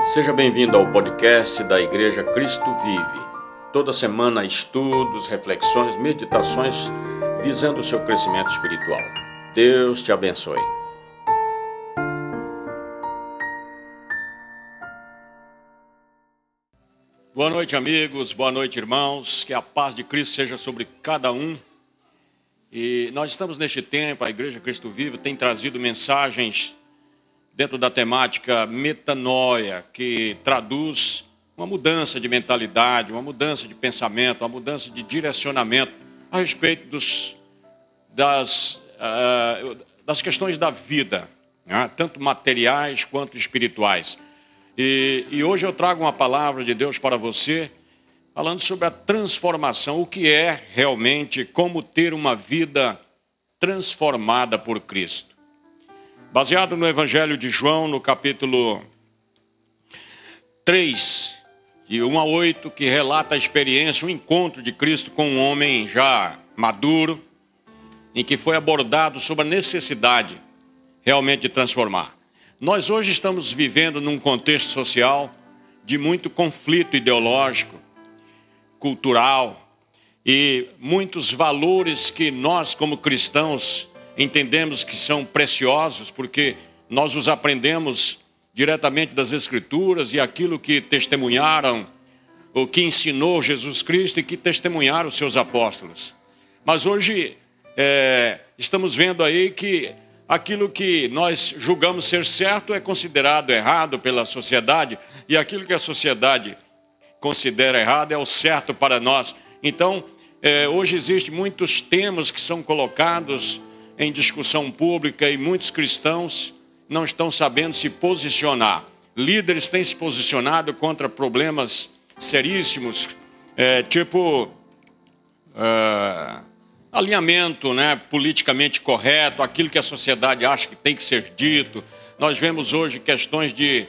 Seja bem-vindo ao podcast da Igreja Cristo Vive. Toda semana estudos, reflexões, meditações visando o seu crescimento espiritual. Deus te abençoe. Boa noite, amigos. Boa noite, irmãos. Que a paz de Cristo seja sobre cada um. E nós estamos neste tempo, a Igreja Cristo Vive tem trazido mensagens dentro da temática metanoia, que traduz uma mudança de mentalidade, uma mudança de pensamento, uma mudança de direcionamento a respeito das questões da vida, né? Tanto materiais quanto espirituais. E hoje eu trago uma palavra de Deus para você, falando sobre a transformação, o que é realmente, como ter uma vida transformada por Cristo. Baseado no Evangelho de João, no capítulo 3, de 1 a 8, que relata a experiência, o encontro de Cristo com um homem já maduro, em que foi abordado sobre a necessidade realmente de transformar. Nós hoje estamos vivendo num contexto social de muito conflito ideológico, cultural, e muitos valores que nós, como cristãos, entendemos que são preciosos, porque nós os aprendemos diretamente das Escrituras e aquilo que testemunharam, o que ensinou Jesus Cristo e que testemunharam os seus apóstolos. Mas hoje estamos vendo aí que aquilo que nós julgamos ser certo é considerado errado pela sociedade, e aquilo que a sociedade considera errado é o certo para nós. Então, hoje existem muitos temas que são colocados em discussão pública e muitos cristãos não estão sabendo se posicionar. Líderes têm se posicionado contra problemas seríssimos, alinhamento, né, politicamente correto, aquilo que a sociedade acha que tem que ser dito. Nós vemos hoje questões de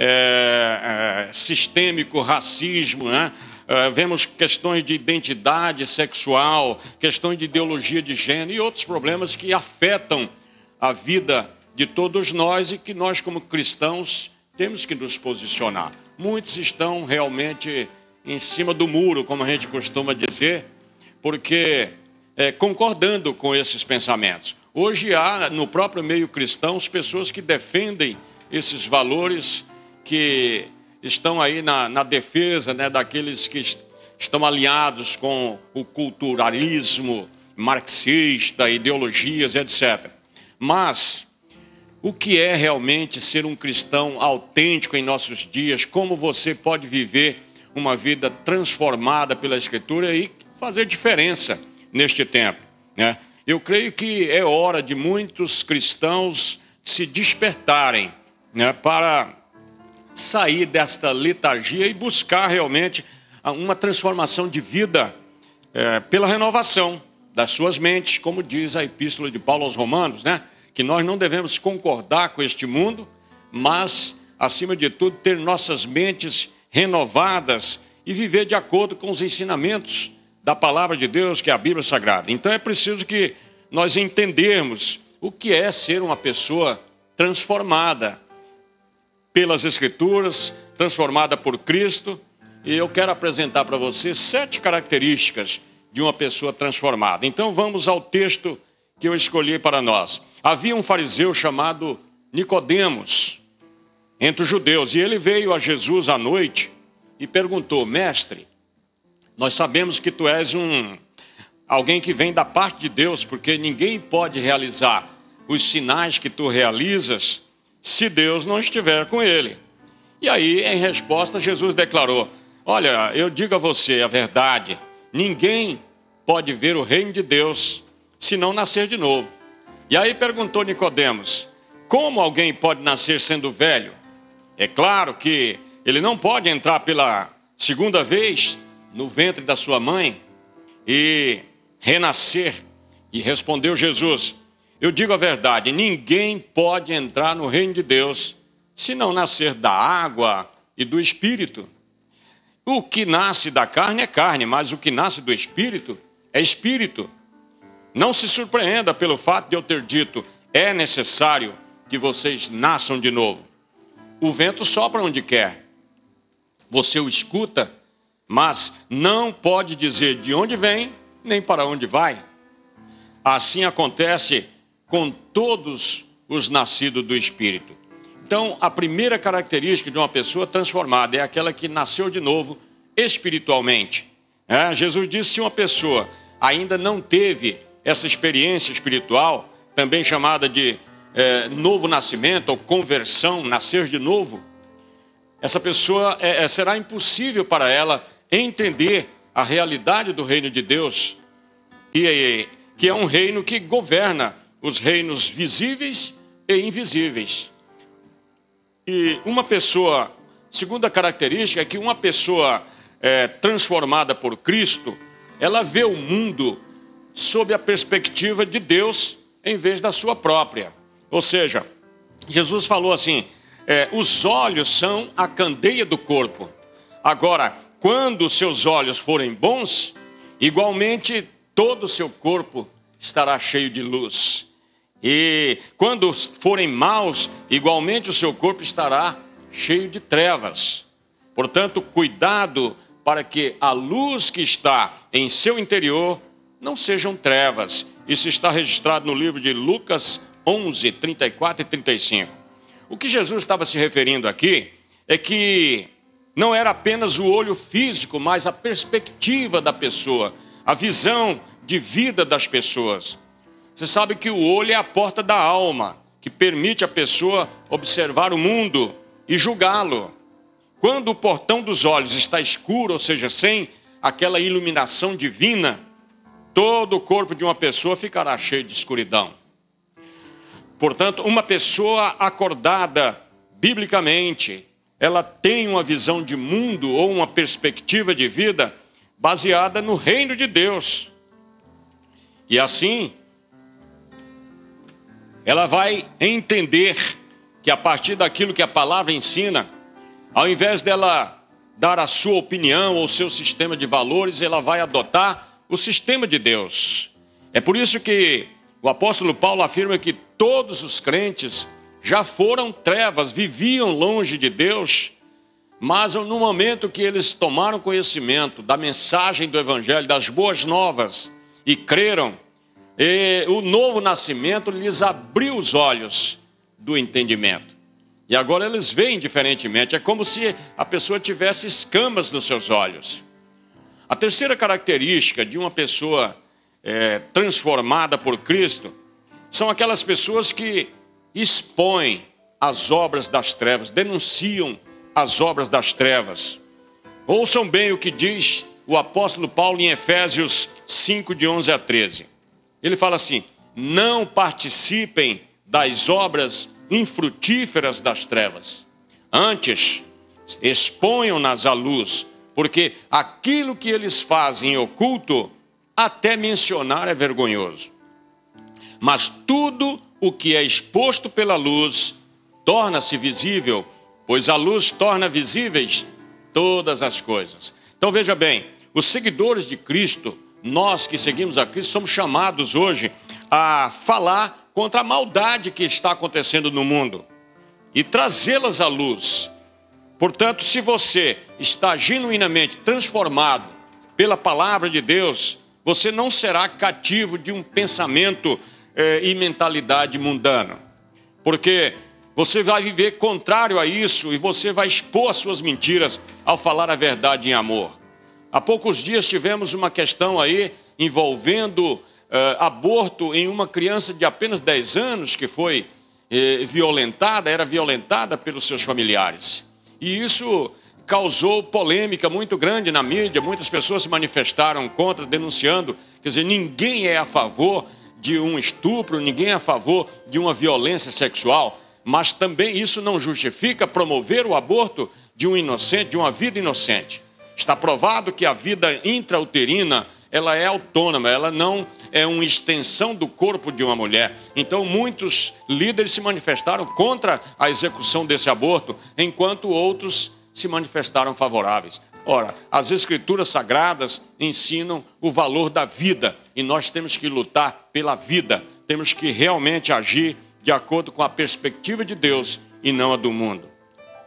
sistêmico racismo, né? Vemos questões de identidade sexual, questões de ideologia de gênero e outros problemas que afetam a vida de todos nós e que nós, como cristãos, temos que nos posicionar. Muitos estão realmente em cima do muro, como a gente costuma dizer, porque concordando com esses pensamentos. Hoje há no próprio meio cristão pessoas que defendem esses valores, que estão aí na defesa, né, daqueles que estão alinhados com o culturalismo marxista, ideologias, etc. Mas o que é realmente ser um cristão autêntico em nossos dias? Como você pode viver uma vida transformada pela Escritura e fazer diferença neste tempo, né? Eu creio que é hora de muitos cristãos se despertarem, né, para sair desta letargia e buscar realmente uma transformação de vida pela renovação das suas mentes, como diz a epístola de Paulo aos Romanos, né? Que nós não devemos concordar com este mundo, mas, acima de tudo, ter nossas mentes renovadas e viver de acordo com os ensinamentos da palavra de Deus, que é a Bíblia Sagrada. Então é preciso que nós entendermos o que é ser uma pessoa transformada pelas Escrituras, transformada por Cristo, e eu quero apresentar para você 7 características de uma pessoa transformada. Então vamos ao texto que eu escolhi para nós. Havia um fariseu chamado Nicodemos entre os judeus, e ele veio a Jesus à noite e perguntou: Mestre, nós sabemos que tu és alguém que vem da parte de Deus, porque ninguém pode realizar os sinais que tu realizas se Deus não estiver com ele. E aí, em resposta, Jesus declarou: olha, eu digo a você a verdade, ninguém pode ver o reino de Deus se não nascer de novo. E aí perguntou Nicodemos: como alguém pode nascer sendo velho? É claro que ele não pode entrar pela segunda vez no ventre da sua mãe e renascer. E respondeu Jesus: eu digo a verdade, ninguém pode entrar no reino de Deus se não nascer da água e do Espírito. O que nasce da carne é carne, mas o que nasce do Espírito é Espírito. Não se surpreenda pelo fato de eu ter dito: é necessário que vocês nasçam de novo. O vento sopra onde quer, você o escuta, mas não pode dizer de onde vem, nem para onde vai. Assim acontece com todos os nascidos do Espírito. Então, a primeira característica de uma pessoa transformada é aquela que nasceu de novo espiritualmente. Jesus disse que se uma pessoa ainda não teve essa experiência espiritual, também chamada de novo nascimento ou conversão, nascer de novo, essa pessoa será impossível para ela entender a realidade do reino de Deus, que é um reino que governa os reinos visíveis e invisíveis. E uma pessoa, segunda característica é que uma pessoa transformada por Cristo, ela vê o mundo sob a perspectiva de Deus em vez da sua própria. Ou seja, Jesus falou assim, os olhos são a candeia do corpo. Agora, quando os seus olhos forem bons, igualmente todo o seu corpo estará cheio de luz. E quando forem maus, igualmente o seu corpo estará cheio de trevas. Portanto, cuidado para que a luz que está em seu interior não sejam trevas. Isso está registrado no livro de Lucas 11, 34 e 35. O que Jesus estava se referindo aqui é que não era apenas o olho físico, mas a perspectiva da pessoa, a visão de vida das pessoas. Você sabe que o olho é a porta da alma, que permite a pessoa observar o mundo e julgá-lo. Quando o portão dos olhos está escuro, ou seja, sem aquela iluminação divina, todo o corpo de uma pessoa ficará cheio de escuridão. Portanto, uma pessoa acordada biblicamente, ela tem uma visão de mundo ou uma perspectiva de vida baseada no reino de Deus. E assim, ela vai entender que a partir daquilo que a palavra ensina, ao invés dela dar a sua opinião ou o seu sistema de valores, ela vai adotar o sistema de Deus. É por isso que o apóstolo Paulo afirma que todos os crentes já foram trevas, viviam longe de Deus, mas no momento que eles tomaram conhecimento da mensagem do Evangelho, das boas novas, e creram, o novo nascimento lhes abriu os olhos do entendimento. E agora eles veem diferentemente, é como se a pessoa tivesse escamas nos seus olhos. A terceira característica de uma pessoa transformada por Cristo são aquelas pessoas que expõem as obras das trevas, denunciam as obras das trevas. Ouçam bem o que diz o apóstolo Paulo em Efésios 5, de 11 a 13. Ele fala assim, não participem das obras infrutíferas das trevas. Antes, exponham-nas à luz, porque aquilo que eles fazem em oculto, até mencionar é vergonhoso. Mas tudo o que é exposto pela luz torna-se visível, pois a luz torna visíveis todas as coisas. Então veja bem, os seguidores de Cristo, nós que seguimos a Cristo, somos chamados hoje a falar contra a maldade que está acontecendo no mundo e trazê-las à luz. Portanto, se você está genuinamente transformado pela palavra de Deus, você não será cativo de um pensamento e mentalidade mundana, porque você vai viver contrário a isso e você vai expor as suas mentiras ao falar a verdade em amor. Há poucos dias tivemos uma questão aí envolvendo aborto em uma criança de apenas 10 anos que foi era violentada pelos seus familiares. E isso causou polêmica muito grande na mídia, muitas pessoas se manifestaram contra, denunciando. Quer dizer, ninguém é a favor de um estupro, ninguém é a favor de uma violência sexual, mas também isso não justifica promover o aborto de um inocente, de uma vida inocente. Está provado que a vida intrauterina, ela é autônoma, ela não é uma extensão do corpo de uma mulher. Então, muitos líderes se manifestaram contra a execução desse aborto, enquanto outros se manifestaram favoráveis. Ora, as Escrituras Sagradas ensinam o valor da vida e nós temos que lutar pela vida. Temos que realmente agir de acordo com a perspectiva de Deus e não a do mundo.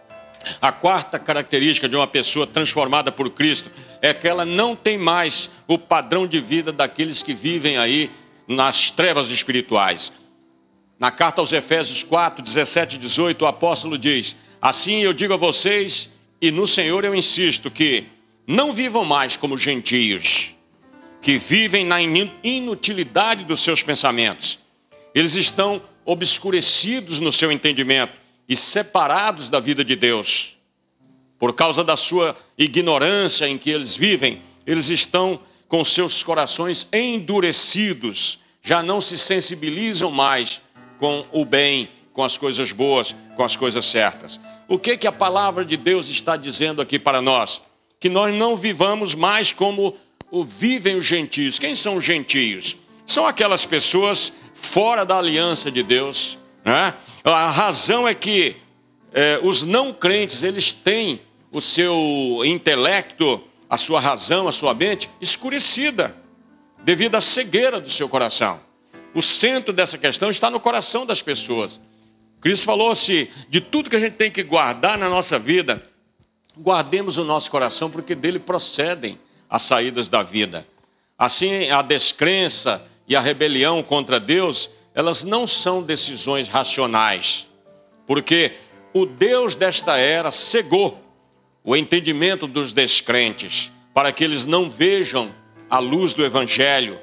A quarta característica de uma pessoa transformada por Cristo é que ela não tem mais o padrão de vida daqueles que vivem aí nas trevas espirituais. Na carta aos Efésios 4, 17 e 18, o apóstolo diz: assim eu digo a vocês, e no Senhor eu insisto, que não vivam mais como gentios, que vivem na inutilidade dos seus pensamentos. Eles estão obscurecidos no seu entendimento e separados da vida de Deus. Por causa da sua ignorância em que eles vivem, eles estão com seus corações endurecidos, já não se sensibilizam mais com o bem, com as coisas boas, com as coisas certas. O que a palavra de Deus está dizendo aqui para nós? Que nós não vivamos mais como vivem os gentios. Quem são os gentios? São aquelas pessoas fora da aliança de Deus, né? A razão é que os não crentes, eles têm o seu intelecto, a sua razão, a sua mente escurecida, devido à cegueira do seu coração. O centro dessa questão está no coração das pessoas. Cristo falou-se de tudo que a gente tem que guardar na nossa vida. Guardemos o nosso coração, porque dele procedem as saídas da vida. Assim, a descrença e a rebelião contra Deus, elas não são decisões racionais, porque o Deus desta era cegou o entendimento dos descrentes, para que eles não vejam a luz do Evangelho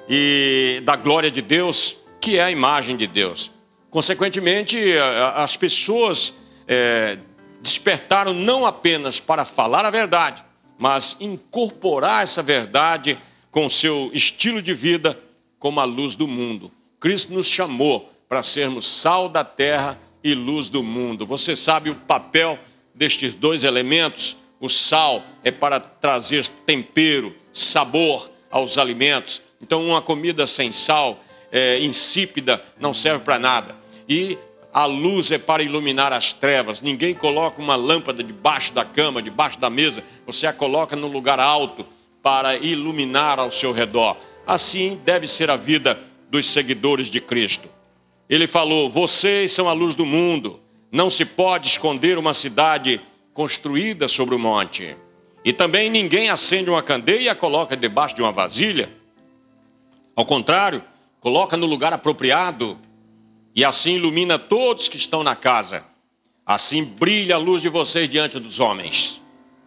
e da glória de Deus, que é a imagem de Deus. Consequentemente, as pessoas despertaram não apenas para falar a verdade, mas incorporar essa verdade com o seu estilo de vida como a luz do mundo. Cristo nos chamou para sermos sal da terra e luz do mundo. Você sabe o papel destes dois elementos? O sal é para trazer tempero, sabor aos alimentos. Então, uma comida sem sal, insípida, não serve para nada. E a luz é para iluminar as trevas. Ninguém coloca uma lâmpada debaixo da cama, debaixo da mesa. Você a coloca num lugar alto para iluminar ao seu redor. Assim deve ser a vida dos seguidores de Cristo. Ele falou: vocês são a luz do mundo. Não se pode esconder uma cidade construída sobre o monte. E também ninguém acende uma candeia e a coloca debaixo de uma vasilha. Ao contrário, coloca no lugar apropriado, e assim ilumina todos que estão na casa. Assim brilha a luz de vocês diante dos homens,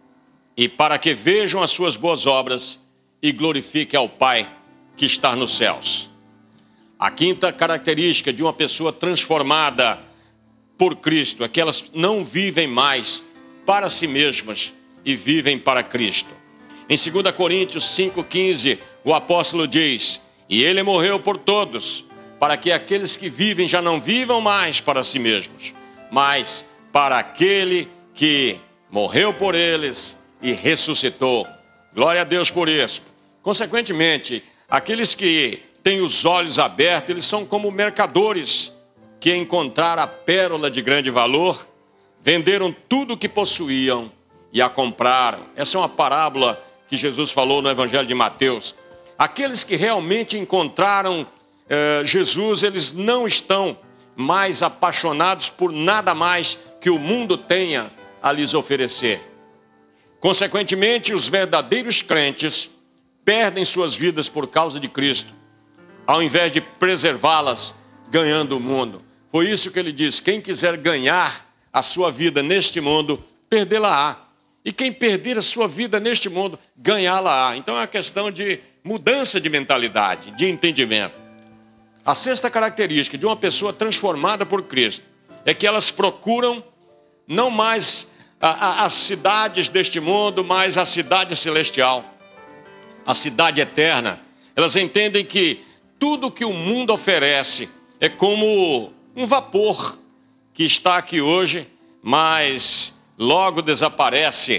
e para que vejam as suas boas obras e glorifiquem ao Pai que está nos céus. A quinta característica de uma pessoa transformada por Cristo é que elas não vivem mais para si mesmas e vivem para Cristo. Em 2 Coríntios 5,15, o apóstolo diz: e ele morreu por todos, para que aqueles que vivem já não vivam mais para si mesmos, mas para aquele que morreu por eles e ressuscitou. Glória a Deus por isso. Consequentemente, aqueles que têm os olhos abertos, eles são como mercadores que encontraram a pérola de grande valor, venderam tudo o que possuíam e a compraram. Essa é uma parábola que Jesus falou no Evangelho de Mateus. Aqueles que realmente encontraram Jesus, eles não estão mais apaixonados por nada mais que o mundo tenha a lhes oferecer. Consequentemente, os verdadeiros crentes perdem suas vidas por causa de Cristo, ao invés de preservá-las ganhando o mundo. Foi isso que ele diz: quem quiser ganhar a sua vida neste mundo, perdê-la-á. E quem perder a sua vida neste mundo, ganhá-la-á. Então é uma questão de mudança de mentalidade, de entendimento. A sexta característica de uma pessoa transformada por Cristo é que elas procuram não mais as cidades deste mundo, mas a cidade celestial, a cidade eterna. Elas entendem que tudo que o mundo oferece é como um vapor que está aqui hoje, mas logo desaparece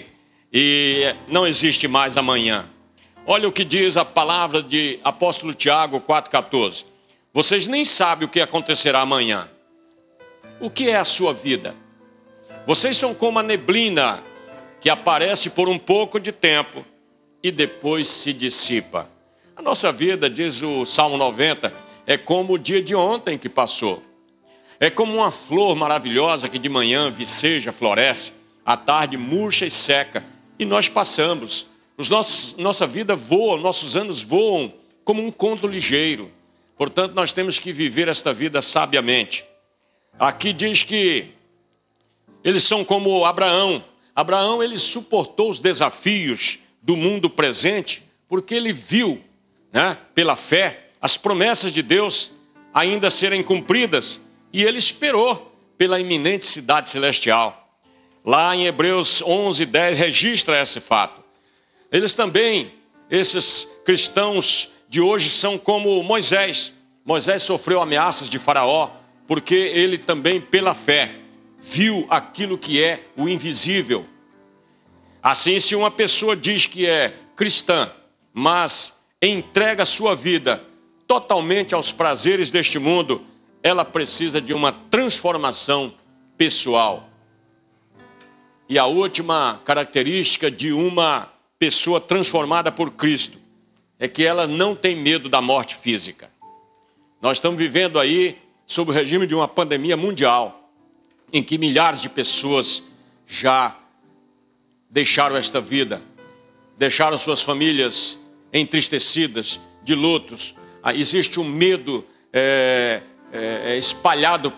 e não existe mais amanhã. Olha o que diz a palavra de apóstolo Tiago 4,14. Vocês nem sabem o que acontecerá amanhã. O que é a sua vida? Vocês são como a neblina que aparece por um pouco de tempo e depois se dissipa. A nossa vida, diz o Salmo 90, é como o dia de ontem que passou. É como uma flor maravilhosa que de manhã viceja, floresce, a tarde murcha e seca, e nós passamos. Nossa vida voa, nossos anos voam como um conto ligeiro. Portanto, nós temos que viver esta vida sabiamente. Aqui diz que eles são como Abraão. Abraão, ele suportou os desafios do mundo presente, porque ele viu, né, pela fé, as promessas de Deus ainda serem cumpridas, e ele esperou pela iminente cidade celestial. Lá em Hebreus 11:10 registra esse fato. Eles também, esses cristãos de hoje, são como Moisés. Moisés sofreu ameaças de Faraó, porque ele também, pela fé, viu aquilo que é o invisível. Assim, se uma pessoa diz que é cristã, mas entrega a sua vida totalmente aos prazeres deste mundo, ela precisa de uma transformação pessoal. E a última característica de uma pessoa transformada por Cristo é que ela não tem medo da morte física. Nós estamos vivendo aí sob o regime de uma pandemia mundial, em que milhares de pessoas já deixaram esta vida, deixaram suas famílias entristecidas, de lutos. Existe um medo espalhado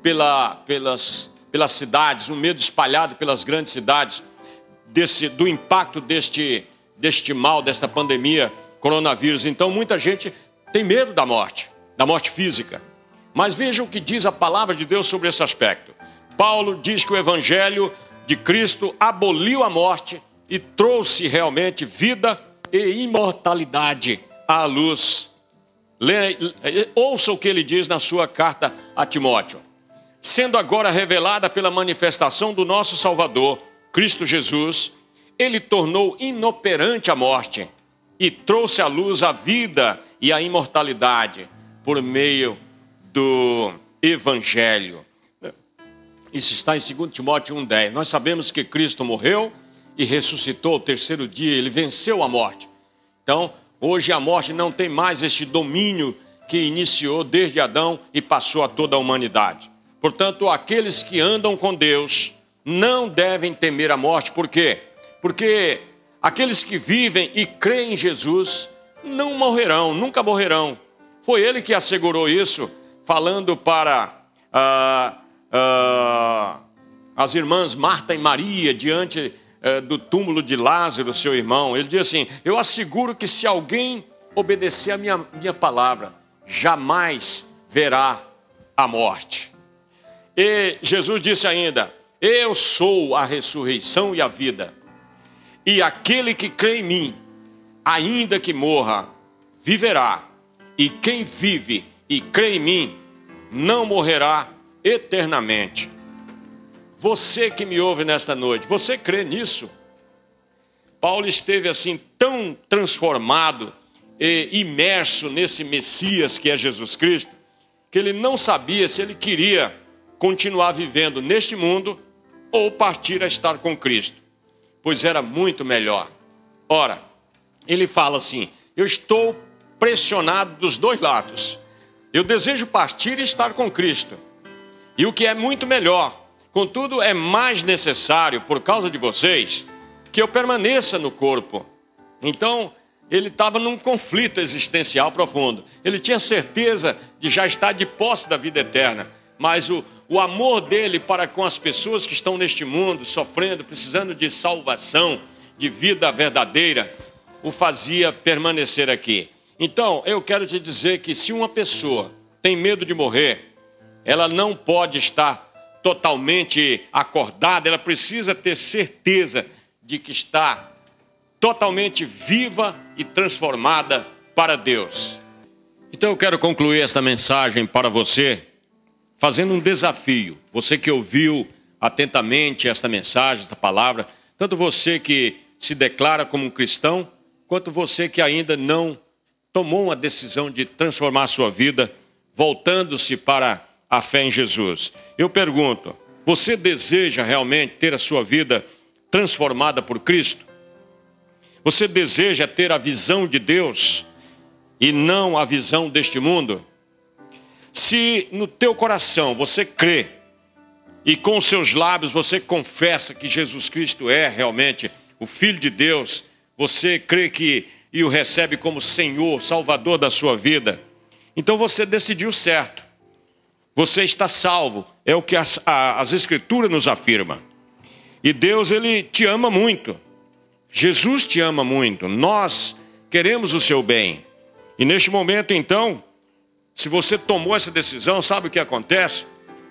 pelas cidades, um medo espalhado pelas grandes cidades, do impacto deste mal, desta pandemia, coronavírus. Então, muita gente tem medo da morte física. Mas vejam o que diz a palavra de Deus sobre esse aspecto. Paulo diz que o evangelho de Cristo aboliu a morte e trouxe realmente vida e imortalidade à luz. Ouça o que ele diz na sua carta a Timóteo. Sendo agora revelada pela manifestação do nosso Salvador, Cristo Jesus, ele tornou inoperante a morte e trouxe à luz a vida e a imortalidade por meio do Evangelho. Isso está em 2 Timóteo 1:10. Nós sabemos que Cristo morreu e ressuscitou ao terceiro dia, ele venceu a morte. Então, hoje a morte não tem mais este domínio que iniciou desde Adão e passou a toda a humanidade. Portanto, aqueles que andam com Deus não devem temer a morte. Por quê? Porque aqueles que vivem e creem em Jesus não morrerão, nunca morrerão. Foi ele que assegurou isso, falando para as irmãs Marta e Maria, diante do túmulo de Lázaro, seu irmão. Ele diz assim: eu asseguro que se alguém obedecer a minha palavra, jamais verá a morte. E Jesus disse ainda: eu sou a ressurreição e a vida, e aquele que crê em mim, ainda que morra, viverá, e quem vive e crê em mim, não morrerá eternamente. Você que me ouve nesta noite, você crê nisso? Paulo esteve assim tão transformado e imerso nesse Messias que é Jesus Cristo, que ele não sabia se ele queria continuar vivendo neste mundo ou partir a estar com Cristo, pois era muito melhor. Ora, ele fala assim: eu estou pressionado dos dois lados. Eu desejo partir e estar com Cristo, e o que é muito melhor. Contudo, é mais necessário, por causa de vocês, que eu permaneça no corpo. Então, ele estava num conflito existencial profundo. Ele tinha certeza de já estar de posse da vida eterna, mas o amor dele para com as pessoas que estão neste mundo, sofrendo, precisando de salvação, de vida verdadeira, o fazia permanecer aqui. Então, eu quero te dizer que se uma pessoa tem medo de morrer, ela não pode estar totalmente acordada, ela precisa ter certeza de que está totalmente viva e transformada para Deus. Então eu quero concluir esta mensagem para você, fazendo um desafio. Você que ouviu atentamente esta mensagem, esta palavra, tanto você que se declara como um cristão, quanto você que ainda não tomou uma decisão de transformar a sua vida, voltando-se para a fé em Jesus. Eu pergunto, você deseja realmente ter a sua vida transformada por Cristo? Você deseja ter a visão de Deus e não a visão deste mundo? Se no teu coração você crê e com os seus lábios você confessa que Jesus Cristo é realmente o Filho de Deus, você crê que e o recebe como Senhor, Salvador da sua vida, então você decidiu certo. Você está salvo, é o que as Escrituras nos afirmam. E Deus, Ele te ama muito. Jesus te ama muito. Nós queremos o seu bem. E neste momento, então, se você tomou essa decisão, sabe o que acontece?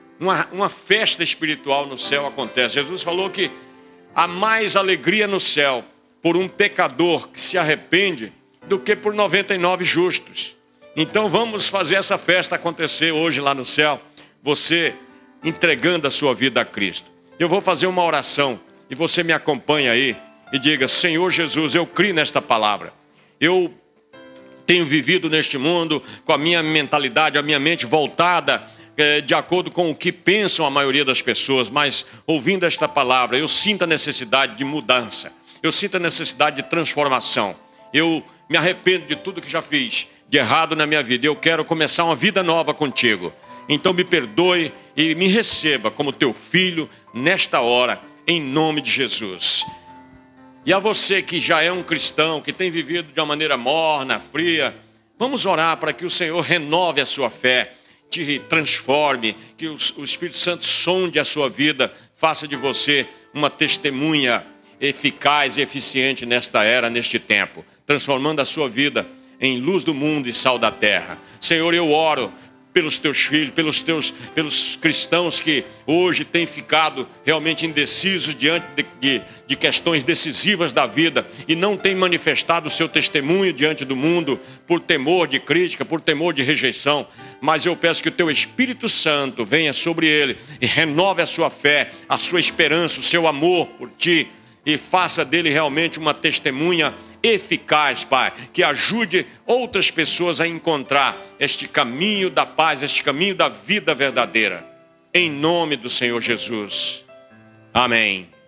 Uma festa espiritual no céu acontece. Jesus falou que há mais alegria no céu por um pecador que se arrepende do que por 99 justos. Então vamos fazer essa festa acontecer hoje lá no céu, você entregando a sua vida a Cristo. Eu vou fazer uma oração e você me acompanha aí e diga: Senhor Jesus, eu creio nesta palavra. Eu tenho vivido neste mundo com a minha mentalidade, a minha mente voltada de acordo com o que pensam a maioria das pessoas, mas ouvindo esta palavra, eu sinto a necessidade de mudança, eu sinto a necessidade de transformação. Eu me arrependo de tudo que já fiz de errado na minha vida. Eu quero começar uma vida nova contigo. Então me perdoe e me receba como teu filho nesta hora, em nome de Jesus. E a você que já é um cristão, que tem vivido de uma maneira morna, fria, vamos orar para que o Senhor renove a sua fé, te transforme, que o Espírito Santo sonde a sua vida, faça de você uma testemunha eficaz e eficiente nesta era, neste tempo, transformando a sua vida em luz do mundo e sal da terra. Senhor, eu oro pelos teus filhos, pelos cristãos que hoje têm ficado realmente indecisos diante de questões decisivas da vida e não têm manifestado o seu testemunho diante do mundo por temor de crítica, por temor de rejeição. Mas eu peço que o teu Espírito Santo venha sobre ele e renove a sua fé, a sua esperança, o seu amor por ti, e faça dele realmente uma testemunha eficaz, Pai, que ajude outras pessoas a encontrar este caminho da paz, este caminho da vida verdadeira. Em nome do Senhor Jesus. Amém.